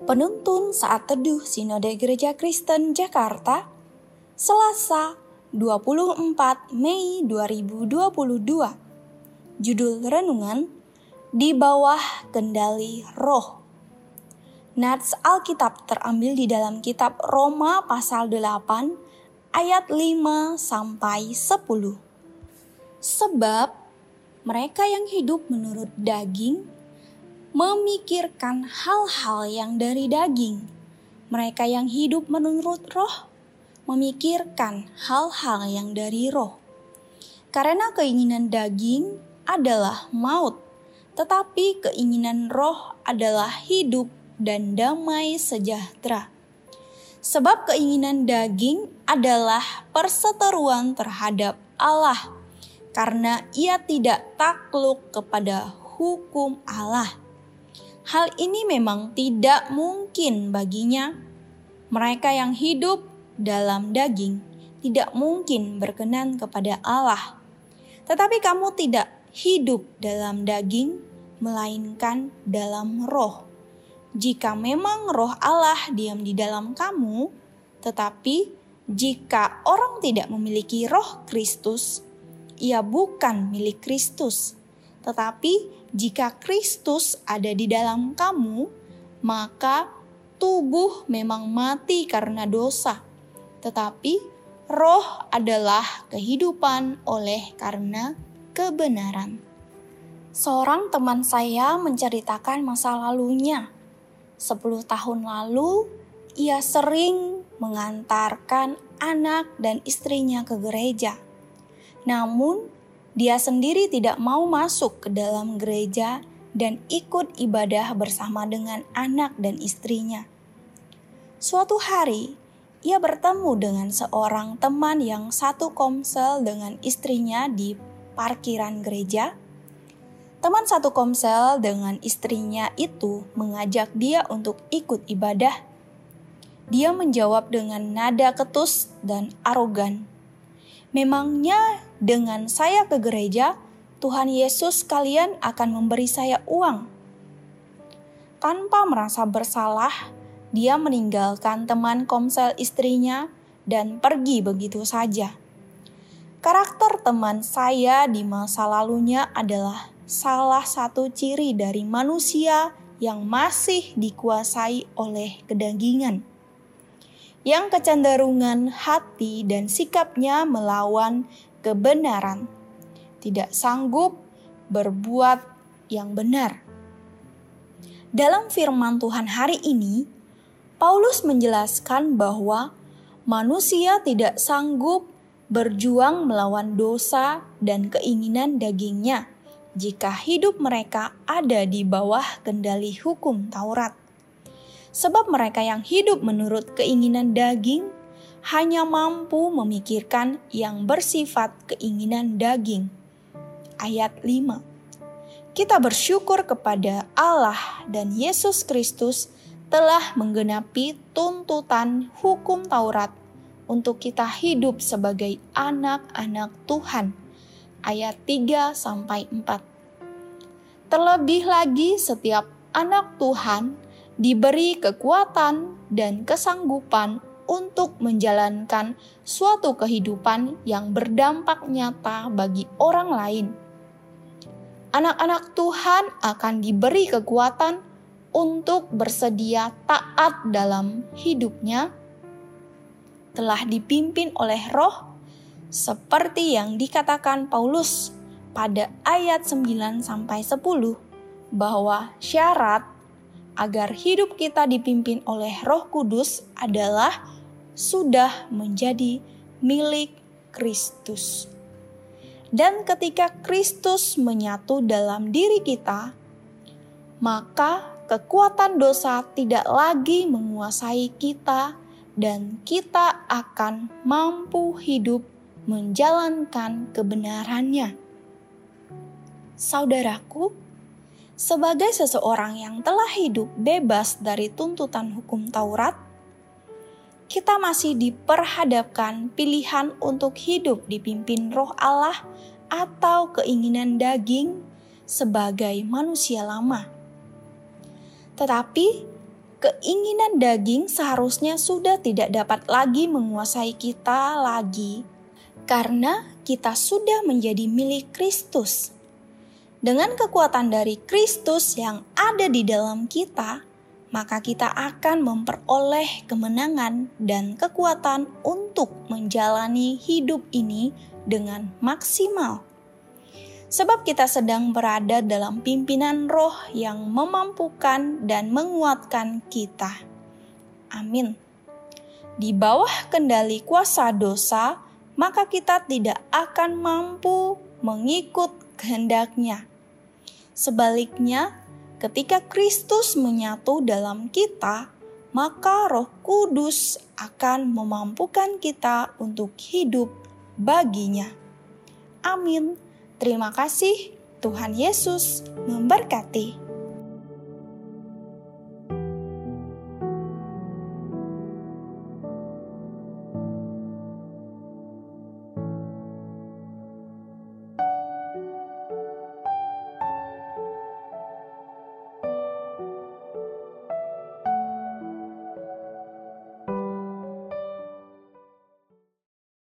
Penuntun Saat Teduh Sinode Gereja Kristen Jakarta, Selasa 24 Mei 2022. Judul renungan, Di Bawah Kendali Roh. Nats Alkitab terambil di dalam kitab Roma pasal 8 ayat 5-10. Sebab mereka yang hidup menurut daging memikirkan hal-hal yang dari daging. Mereka yang hidup menurut roh memikirkan hal-hal yang dari roh. Karena keinginan daging adalah maut, tetapi keinginan roh adalah hidup dan damai sejahtera. Sebab keinginan daging adalah perseteruan terhadap Allah, karena ia tidak takluk kepada hukum Allah. Hal ini memang tidak mungkin baginya. Mereka yang hidup dalam daging tidak mungkin berkenan kepada Allah. Tetapi kamu tidak hidup dalam daging, melainkan dalam roh. Jika memang roh Allah diam di dalam kamu, tetapi jika orang tidak memiliki roh Kristus, ia bukan milik Kristus. Tetapi jika Kristus ada di dalam kamu, maka tubuh memang mati karena dosa, tetapi roh adalah kehidupan oleh karena kebenaran. Seorang teman saya menceritakan masa lalunya. 10 tahun lalu, ia sering mengantarkan anak dan istrinya ke gereja. Namun, dia sendiri tidak mau masuk ke dalam gereja dan ikut ibadah bersama dengan anak dan istrinya. Suatu hari, ia bertemu dengan seorang teman yang satu komsel dengan istrinya di parkiran gereja. Teman satu komsel dengan istrinya itu mengajak dia untuk ikut ibadah. Dia menjawab dengan nada ketus dan arogan. Memangnya dengan saya ke gereja, Tuhan Yesus kalian akan memberi saya uang? Tanpa merasa bersalah, dia meninggalkan teman komsel istrinya dan pergi begitu saja. Karakter teman saya di masa lalunya adalah salah satu ciri dari manusia yang masih dikuasai oleh kedagingan, yang kecenderungan hati dan sikapnya melawan kebenaran, tidak sanggup berbuat yang benar. Dalam firman Tuhan hari ini, Paulus menjelaskan bahwa manusia tidak sanggup berjuang melawan dosa dan keinginan dagingnya jika hidup mereka ada di bawah kendali hukum Taurat. Sebab mereka yang hidup menurut keinginan daging hanya mampu memikirkan yang bersifat keinginan daging. Ayat 5. Kita bersyukur kepada Allah dan Yesus Kristus telah menggenapi tuntutan hukum Taurat untuk kita hidup sebagai anak-anak Tuhan. Ayat 3-4. Terlebih lagi setiap anak Tuhan diberi kekuatan dan kesanggupan untuk menjalankan suatu kehidupan yang berdampak nyata bagi orang lain. Anak-anak Tuhan akan diberi kekuatan untuk bersedia taat dalam hidupnya, telah dipimpin oleh Roh, seperti yang dikatakan Paulus pada ayat 9-10, bahwa syarat agar hidup kita dipimpin oleh Roh Kudus adalah sudah menjadi milik Kristus. Dan ketika Kristus menyatu dalam diri kita, maka kekuatan dosa tidak lagi menguasai kita dan kita akan mampu hidup menjalankan kebenarannya. Saudaraku, sebagai seseorang yang telah hidup bebas dari tuntutan hukum Taurat, kita masih diperhadapkan pilihan untuk hidup dipimpin Roh Allah atau keinginan daging sebagai manusia lama. Tetapi keinginan daging seharusnya sudah tidak dapat lagi menguasai kita lagi, karena kita sudah menjadi milik Kristus. Dengan kekuatan dari Kristus yang ada di dalam kita, maka kita akan memperoleh kemenangan dan kekuatan untuk menjalani hidup ini dengan maksimal. Sebab kita sedang berada dalam pimpinan Roh yang memampukan dan menguatkan kita. Amin. Di bawah kendali kuasa dosa, maka kita tidak akan mampu mengikut kehendaknya. Sebaliknya, ketika Kristus menyatu dalam kita, maka Roh Kudus akan memampukan kita untuk hidup baginya. Amin. Terima kasih, Tuhan Yesus memberkati.